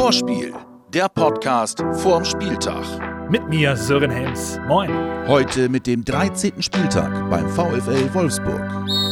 Vorspiel, der Podcast vorm Spieltag. Mit mir, Sören Helms. Moin. Heute mit dem 13. Spieltag beim VfL Wolfsburg.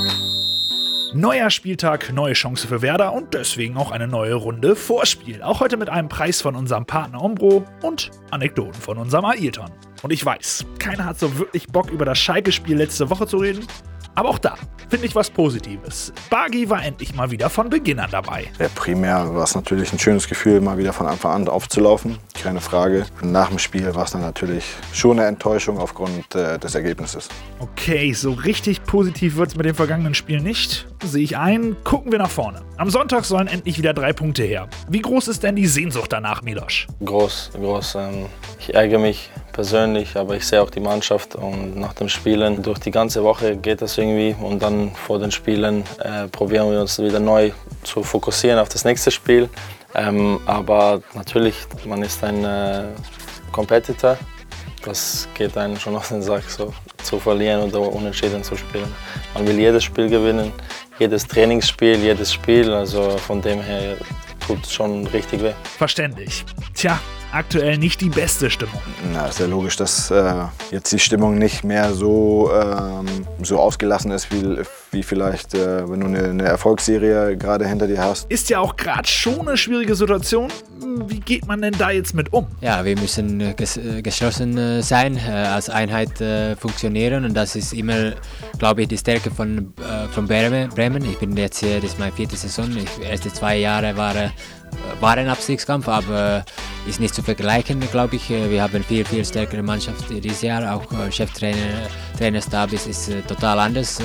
Neuer Spieltag, neue Chance für Werder und deswegen auch eine neue Runde Vorspiel. Auch heute mit einem Preis von unserem Partner Umbro und Anekdoten von unserem Ailton. Und ich weiß, keiner hat so wirklich Bock, über das Schalke-Spiel letzte Woche zu reden. Aber auch da finde ich was Positives. Bagi war endlich mal wieder von Beginn an dabei. Ja, primär war es natürlich ein schönes Gefühl, mal wieder von Anfang an aufzulaufen. Keine Frage. Nach dem Spiel war es dann natürlich schon eine Enttäuschung aufgrund des Ergebnisses. Okay, so richtig positiv wird es mit dem vergangenen Spiel nicht. Sehe ich ein, gucken wir nach vorne. Am Sonntag sollen endlich wieder 3 Punkte her. Wie groß ist denn die Sehnsucht danach, Miloš? Groß. Ich ärgere mich persönlich, aber ich sehe auch die Mannschaft und nach dem Spielen, durch die ganze Woche geht das irgendwie und dann vor den Spielen probieren wir uns wieder neu zu fokussieren auf das nächste Spiel. Aber natürlich, man ist ein Competitor, das geht einem schon auf den Sack, so zu verlieren oder unentschieden zu spielen. Man will jedes Spiel gewinnen, jedes Trainingsspiel, jedes Spiel, also von dem her tut es schon richtig weh. Verständlich. Tja, aktuell nicht die beste Stimmung. Na, ist ja logisch, dass jetzt die Stimmung nicht mehr so ausgelassen ist, wie vielleicht, wenn du eine Erfolgsserie gerade hinter dir hast. Ist ja auch gerade schon eine schwierige Situation. Wie geht man denn da jetzt mit um? Ja, wir müssen geschlossen sein, als Einheit funktionieren und das ist immer, glaube ich, die Stärke von Bremen. Ich bin jetzt hier, das ist meine 4. Saison. Die ersten 2 Jahre war ein Abstiegskampf, aber ist nicht zu vergleichen, glaube ich. Wir haben viel stärkere Mannschaft dieses Jahr, auch Trainerstab ist total anders.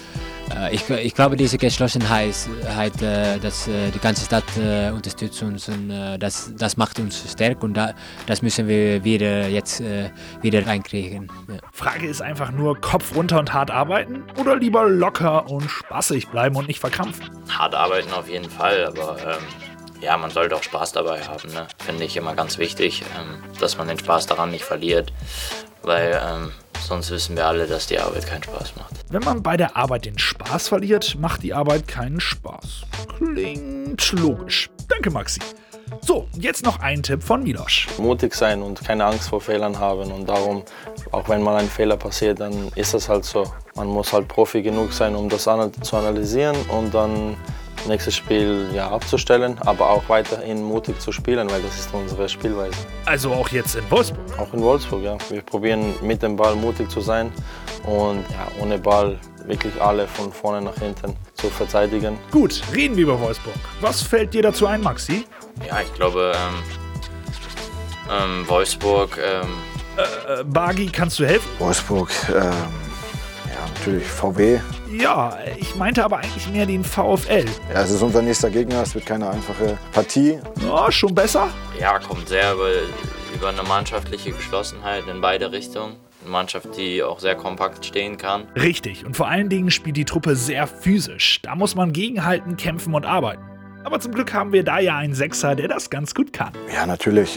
Ich glaube, diese Geschlossenheit, dass die ganze Stadt unterstützt uns und das macht uns stark und das müssen wir wieder reinkriegen. Ja. Frage ist einfach nur, Kopf runter und hart arbeiten oder lieber locker und spaßig bleiben und nicht verkrampfen? Hart arbeiten auf jeden Fall, aber ja, man sollte auch Spaß dabei haben, ne? Finde ich immer ganz wichtig, dass man den Spaß daran nicht verliert, weil sonst wissen wir alle, dass die Arbeit keinen Spaß macht. Wenn man bei der Arbeit den Spaß verliert, macht die Arbeit keinen Spaß. Klingt logisch. Danke, Maxi. So, jetzt noch ein Tipp von Miloš. Mutig sein und keine Angst vor Fehlern haben und darum, auch wenn mal ein Fehler passiert, dann ist das halt so. Man muss halt Profi genug sein, um das zu analysieren und dann nächstes Spiel abzustellen, aber auch weiterhin mutig zu spielen, weil das ist unsere Spielweise. Also auch jetzt in Wolfsburg? Auch in Wolfsburg, ja. Wir probieren mit dem Ball mutig zu sein und ohne Ball wirklich alle von vorne nach hinten zu verteidigen. Gut, reden wir über Wolfsburg. Was fällt dir dazu ein, Maxi? Ja, ich glaube, Wolfsburg... Bagi, kannst du helfen? Wolfsburg, natürlich VW. Ja, ich meinte aber eigentlich mehr den VfL. Ja, es ist unser nächster Gegner, es wird keine einfache Partie. Ja, schon besser? Ja, kommt sehr über eine mannschaftliche Geschlossenheit in beide Richtungen. Eine Mannschaft, die auch sehr kompakt stehen kann. Richtig, und vor allen Dingen spielt die Truppe sehr physisch. Da muss man gegenhalten, kämpfen und arbeiten. Aber zum Glück haben wir da ja einen Sechser, der das ganz gut kann. Ja, natürlich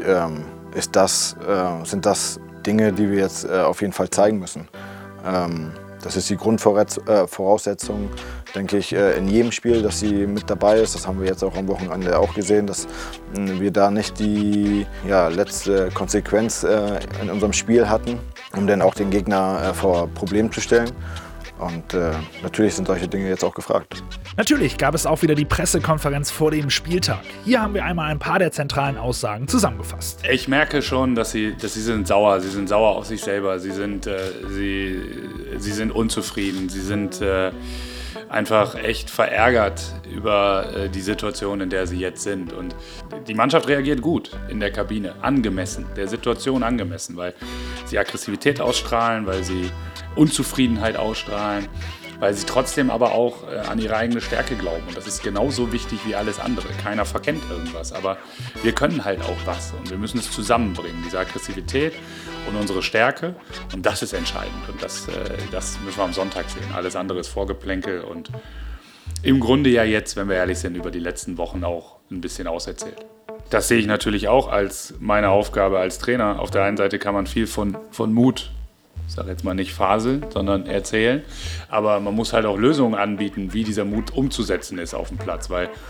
sind das Dinge, die wir jetzt auf jeden Fall zeigen müssen. Das ist die Grundvoraussetzung, denke ich, in jedem Spiel, dass sie mit dabei ist. Das haben wir jetzt auch am Wochenende auch gesehen, dass wir da nicht die letzte Konsequenz in unserem Spiel hatten, um dann auch den Gegner vor Problemen zu stellen. Und natürlich sind solche Dinge jetzt auch gefragt. Natürlich gab es auch wieder die Pressekonferenz vor dem Spieltag. Hier haben wir einmal ein paar der zentralen Aussagen zusammengefasst. Ich merke schon, dass sie sind sauer. Sie sind sauer auf sich selber. Sie sind unzufrieden. Sie sind einfach echt verärgert über die Situation, in der sie jetzt sind. Und die Mannschaft reagiert gut in der Kabine, angemessen, der Situation angemessen, weil sie Aggressivität ausstrahlen, weil sie Unzufriedenheit ausstrahlen, weil sie trotzdem aber auch an ihre eigene Stärke glauben. Und das ist genauso wichtig wie alles andere. Keiner verkennt irgendwas, aber wir können halt auch was und wir müssen es zusammenbringen, diese Aggressivität und unsere Stärke. Und das ist entscheidend und das müssen wir am Sonntag sehen. Alles andere ist Vorgeplänkel und im Grunde ja jetzt, wenn wir ehrlich sind, über die letzten Wochen auch ein bisschen auserzählt. Das sehe ich natürlich auch als meine Aufgabe als Trainer. Auf der einen Seite kann man viel von Mut, ich sage jetzt mal nicht faseln, sondern erzählen. Aber man muss halt auch Lösungen anbieten, wie dieser Mut umzusetzen ist auf dem Platz. Weil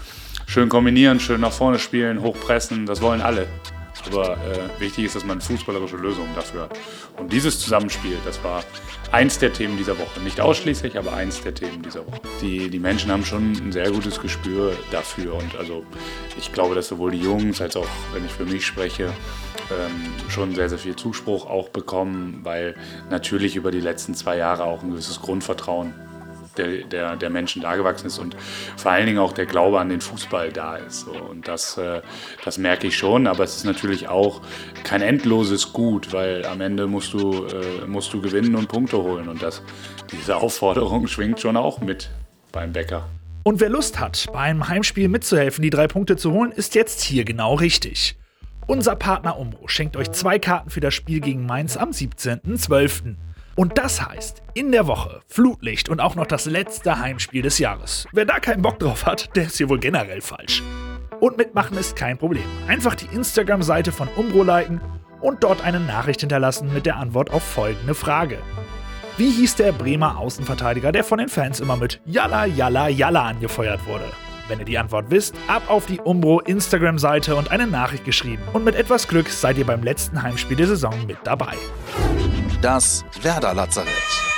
schön kombinieren, schön nach vorne spielen, hochpressen, das wollen alle. Aber wichtig ist, dass man fußballerische Lösungen dafür hat. Und dieses Zusammenspiel, das war eins der Themen dieser Woche. Nicht ausschließlich, aber eins der Themen dieser Woche. Die Menschen haben schon ein sehr gutes Gespür dafür. Und also ich glaube, dass sowohl die Jungs als auch, wenn ich für mich spreche, schon sehr, sehr viel Zuspruch auch bekommen, weil natürlich über die letzten 2 Jahre auch ein gewisses Grundvertrauen der Menschen da gewachsen ist und vor allen Dingen auch der Glaube an den Fußball da ist. So. Und das merke ich schon, aber es ist natürlich auch kein endloses Gut, weil am Ende musst du gewinnen und Punkte holen und diese Aufforderung schwingt schon auch mit beim Bäcker. Und wer Lust hat, bei einem Heimspiel mitzuhelfen, die 3 Punkte zu holen, ist jetzt hier genau richtig. Unser Partner Umbro schenkt euch 2 Karten für das Spiel gegen Mainz am 17.12. Und das heißt, in der Woche Flutlicht und auch noch das letzte Heimspiel des Jahres. Wer da keinen Bock drauf hat, der ist hier wohl generell falsch. Und mitmachen ist kein Problem. Einfach die Instagram-Seite von Umbro liken und dort eine Nachricht hinterlassen mit der Antwort auf folgende Frage. Wie hieß der Bremer Außenverteidiger, der von den Fans immer mit Jalla, Jalla, Jalla angefeuert wurde? Wenn ihr die Antwort wisst, ab auf die Umbro Instagram-Seite und eine Nachricht geschrieben. Und mit etwas Glück seid ihr beim letzten Heimspiel der Saison mit dabei. Das Werder-Lazarett.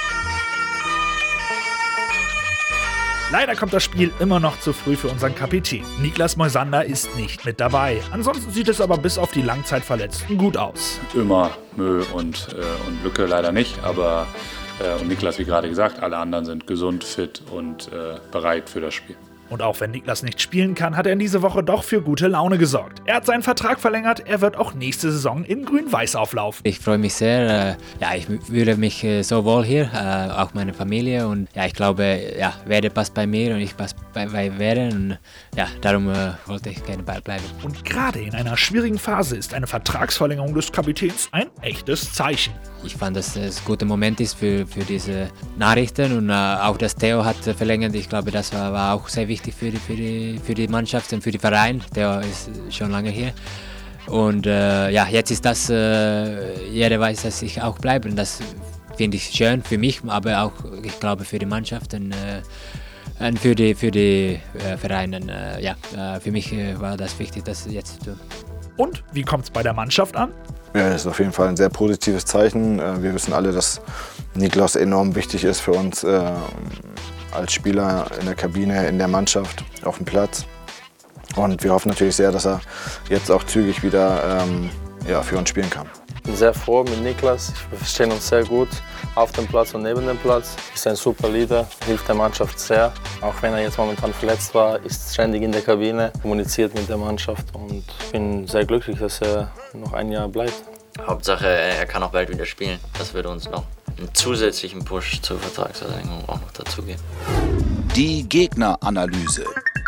Leider kommt das Spiel immer noch zu früh für unseren Kapitän. Niklas Moisander ist nicht mit dabei. Ansonsten sieht es aber bis auf die Langzeitverletzten gut aus. Immer Mö und Lücke leider nicht, aber und Niklas, wie gerade gesagt, alle anderen sind gesund, fit und bereit für das Spiel. Und auch wenn Niklas nicht spielen kann, hat er in dieser Woche doch für gute Laune gesorgt. Er hat seinen Vertrag verlängert, er wird auch nächste Saison in Grün-Weiß auflaufen. Ich freue mich sehr. Ich fühle mich so wohl hier, auch meine Familie. Und ja, ich glaube, Werder passt bei mir und ich passe bei Werder. Und ja, darum wollte ich gerne bleiben. Und gerade in einer schwierigen Phase ist eine Vertragsverlängerung des Kapitäns ein echtes Zeichen. Ich fand, dass es ein guter Moment ist für diese Nachrichten und auch, dass Theo hat verlängert. Ich glaube, das war auch sehr wichtig für die Mannschaft und für den Verein. Theo ist schon lange hier. Und jetzt ist das, jeder weiß, dass ich auch bleibe. Und das finde ich schön für mich, aber auch, ich glaube, für die Mannschaft und für die Vereine. Für mich war das wichtig, das jetzt zu tun. Und wie kommt es bei der Mannschaft an? Ja, das ist auf jeden Fall ein sehr positives Zeichen. Wir wissen alle, dass Niklas enorm wichtig ist für uns als Spieler in der Kabine, in der Mannschaft, auf dem Platz. Und wir hoffen natürlich sehr, dass er jetzt auch zügig wieder für uns spielen kann. Ich bin sehr froh mit Niklas. Wir verstehen uns sehr gut auf dem Platz und neben dem Platz. Er ist ein super Leader, hilft der Mannschaft sehr. Auch wenn er jetzt momentan verletzt war, ist ständig in der Kabine, kommuniziert mit der Mannschaft. Und ich bin sehr glücklich, dass er noch ein Jahr bleibt. Hauptsache, er kann auch bald wieder spielen. Das würde uns noch einen zusätzlichen Push zur Vertragsverlängerung auch noch dazu geben. Die Gegneranalyse.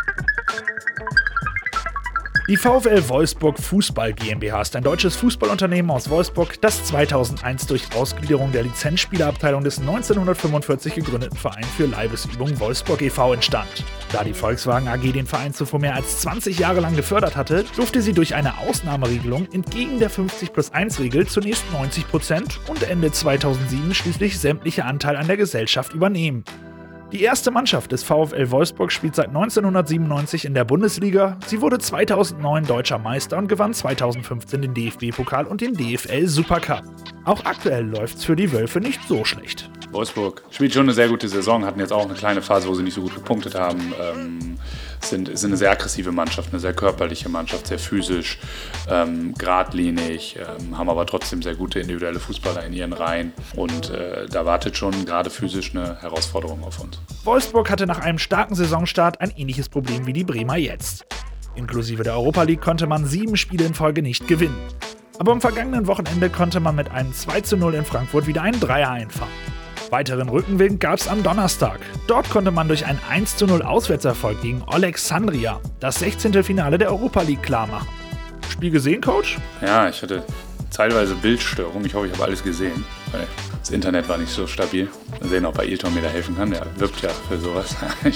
Die VfL Wolfsburg Fußball GmbH ist ein deutsches Fußballunternehmen aus Wolfsburg, das 2001 durch Ausgliederung der Lizenzspielerabteilung des 1945 gegründeten Vereins für Leibesübung Wolfsburg e.V. entstand. Da die Volkswagen AG den Verein zuvor mehr als 20 Jahre lang gefördert hatte, durfte sie durch eine Ausnahmeregelung entgegen der 50+1-Regel zunächst 90% und Ende 2007 schließlich sämtliche Anteile an der Gesellschaft übernehmen. Die erste Mannschaft des VfL Wolfsburg spielt seit 1997 in der Bundesliga. Sie wurde 2009 deutscher Meister und gewann 2015 den DFB-Pokal und den DFL Supercup. Auch aktuell läuft's für die Wölfe nicht so schlecht. Wolfsburg spielt schon eine sehr gute Saison, hatten jetzt auch eine kleine Phase, wo sie nicht so gut gepunktet haben. Sind eine sehr aggressive Mannschaft, eine sehr körperliche Mannschaft, sehr physisch, geradlinig, haben aber trotzdem sehr gute individuelle Fußballer in ihren Reihen. Und da wartet schon gerade physisch eine Herausforderung auf uns. Wolfsburg hatte nach einem starken Saisonstart ein ähnliches Problem wie die Bremer jetzt. Inklusive der Europa League konnte man 7 Spiele in Folge nicht gewinnen. Aber am vergangenen Wochenende konnte man mit einem 2:0 in Frankfurt wieder einen Dreier einfahren. Weiteren Rückenwind gab es am Donnerstag. Dort konnte man durch einen 1:0 Auswärtserfolg gegen Alexandria das 16. Finale der Europa League klarmachen. Spiel gesehen, Coach? Ja, ich hatte teilweise Bildstörung. Ich hoffe, ich habe alles gesehen. Weil das Internet war nicht so stabil. Mal sehen, ob Ailton mir da helfen kann. Der wirbt ja für sowas.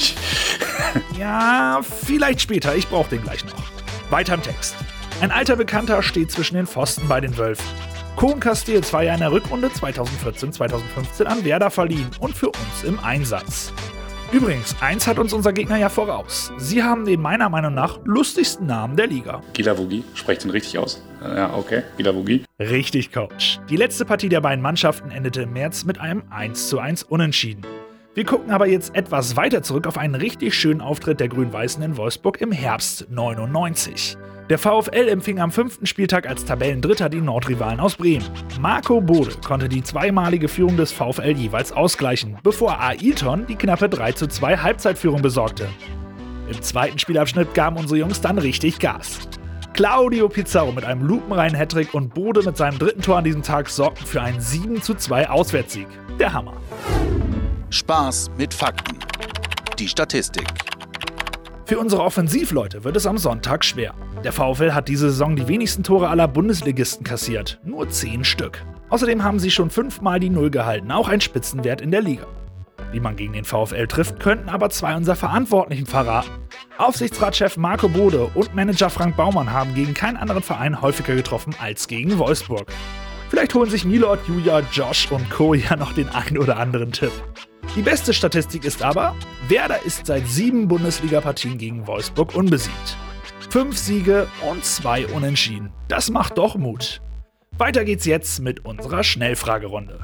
Ja, vielleicht später. Ich brauche den gleich noch. Weiter im Text. Ein alter Bekannter steht zwischen den Pfosten bei den Wölfen. Koen Castells war ja in der Rückrunde 2014-2015 an Werder verliehen und für uns im Einsatz. Übrigens, eins hat uns unser Gegner ja voraus. Sie haben den meiner Meinung nach lustigsten Namen der Liga. Gilavogi, sprecht ihn richtig aus. Ja, okay, Gilavogi. Richtig, Coach. Die letzte Partie der beiden Mannschaften endete im März mit einem 1:1 Unentschieden. Wir gucken aber jetzt etwas weiter zurück auf einen richtig schönen Auftritt der Grün-Weißen in Wolfsburg im Herbst 99. Der VfL empfing am 5. Spieltag als Tabellendritter die Nordrivalen aus Bremen. Marco Bode konnte die zweimalige Führung des VfL jeweils ausgleichen, bevor Ailton die knappe 3:2 Halbzeitführung besorgte. Im zweiten Spielabschnitt gaben unsere Jungs dann richtig Gas. Claudio Pizarro mit einem lupenreinen Hattrick und Bode mit seinem dritten Tor an diesem Tag sorgten für einen 7:2 Auswärtssieg. Der Hammer. Spaß mit Fakten. Die Statistik. Für unsere Offensivleute wird es am Sonntag schwer. Der VfL hat diese Saison die wenigsten Tore aller Bundesligisten kassiert, nur 10 Stück. Außerdem haben sie schon 5-mal die Null gehalten, auch ein Spitzenwert in der Liga. Wie man gegen den VfL trifft, könnten aber zwei unserer Verantwortlichen verraten. Aufsichtsratschef Marco Bode und Manager Frank Baumann haben gegen keinen anderen Verein häufiger getroffen als gegen Wolfsburg. Vielleicht holen sich Milord, Julia, Josh und Co. ja noch den einen oder anderen Tipp. Die beste Statistik ist aber, Werder ist seit 7 Bundesliga-Partien gegen Wolfsburg unbesiegt. 5 Siege und 2 Unentschieden. Das macht doch Mut. Weiter geht's jetzt mit unserer Schnellfragerunde.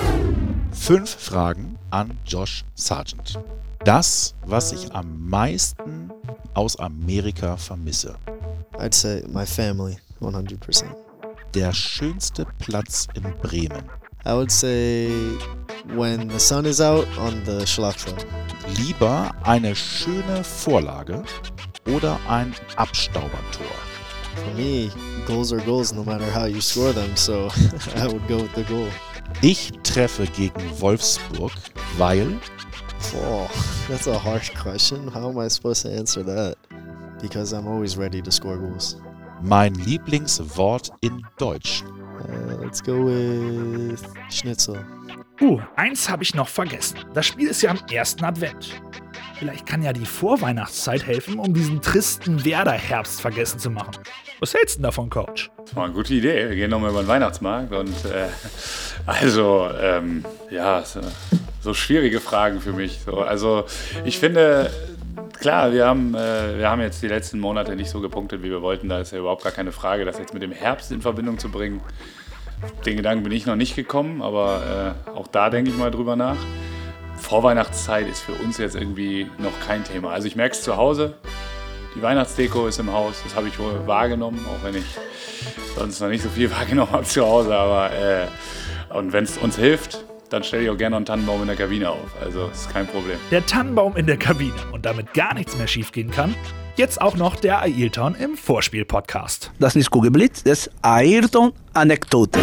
5 Fragen an Josh Sargent. Das, was ich am meisten aus Amerika vermisse. I'd say my family, 100%. Der schönste Platz in Bremen. I would say when the sun is out on the Schlafeld. Lieber eine schöne Vorlage oder ein Abstaubertor? For me, goals are goals no matter how you score them, so I would go with the goal. Ich treffe gegen Wolfsburg, weil... Oh, that's a harsh question. How am I supposed to answer that? Because I'm always ready to score goals. Mein Lieblingswort in Deutsch. Let's go with Schnitzel. Eins habe ich noch vergessen. Das Spiel ist ja am 1. Advent. Vielleicht kann ja die Vorweihnachtszeit helfen, um diesen tristen Werder-Herbst vergessen zu machen. Was hältst du denn davon, Coach? Das war eine gute Idee. Wir gehen nochmal über den Weihnachtsmarkt und so schwierige Fragen für mich. Also ich finde, klar, wir haben jetzt die letzten Monate nicht so gepunktet, wie wir wollten. Da ist ja überhaupt gar keine Frage, das jetzt mit dem Herbst in Verbindung zu bringen. Den Gedanken bin ich noch nicht gekommen, aber auch da denke ich mal drüber nach. Vorweihnachtszeit ist für uns jetzt irgendwie noch kein Thema. Also ich merke es zu Hause, die Weihnachtsdeko ist im Haus, das habe ich wohl wahrgenommen, auch wenn ich sonst noch nicht so viel wahrgenommen habe zu Hause. Aber und wenn es uns hilft, dann stelle ich auch gerne einen Tannenbaum in der Kabine auf. Also ist kein Problem. Der Tannenbaum in der Kabine und damit gar nichts mehr schiefgehen kann. Jetzt auch noch der Ailton im Vorspiel-Podcast. Das ist Kugelblitz, das Ailton-Anekdote.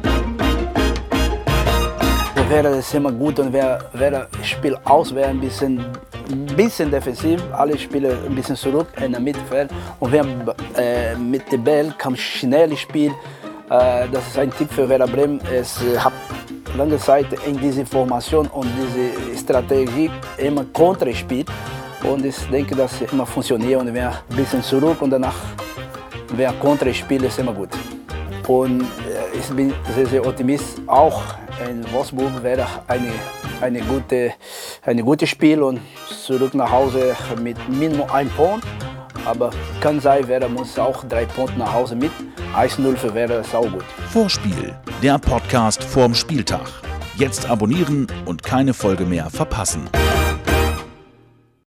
Werder ist immer gut und Werder spielt aus, wäre ein bisschen defensiv, alle spielen ein bisschen zurück in der Mittelfeld und wer mit dem Ball kann schnell spielen. Das ist ein Tipp für Werder Bremen. Es hat lange Zeit in diese Formation und diese Strategie immer Konter gespielt und ich denke, dass es immer funktioniert und wer ein bisschen zurück und danach wer Konter spielt, ist immer gut. Und ich bin sehr, sehr optimistisch. Auch in Wolfsburg wäre ein gutes Spiel und zurück nach Hause mit Minimum 1 Punkt. Aber kann sein, Werder muss auch 3 Punkte nach Hause mit. 1:0 für Werder ist auch gut. Vorspiel, der Podcast vorm Spieltag. Jetzt abonnieren und keine Folge mehr verpassen.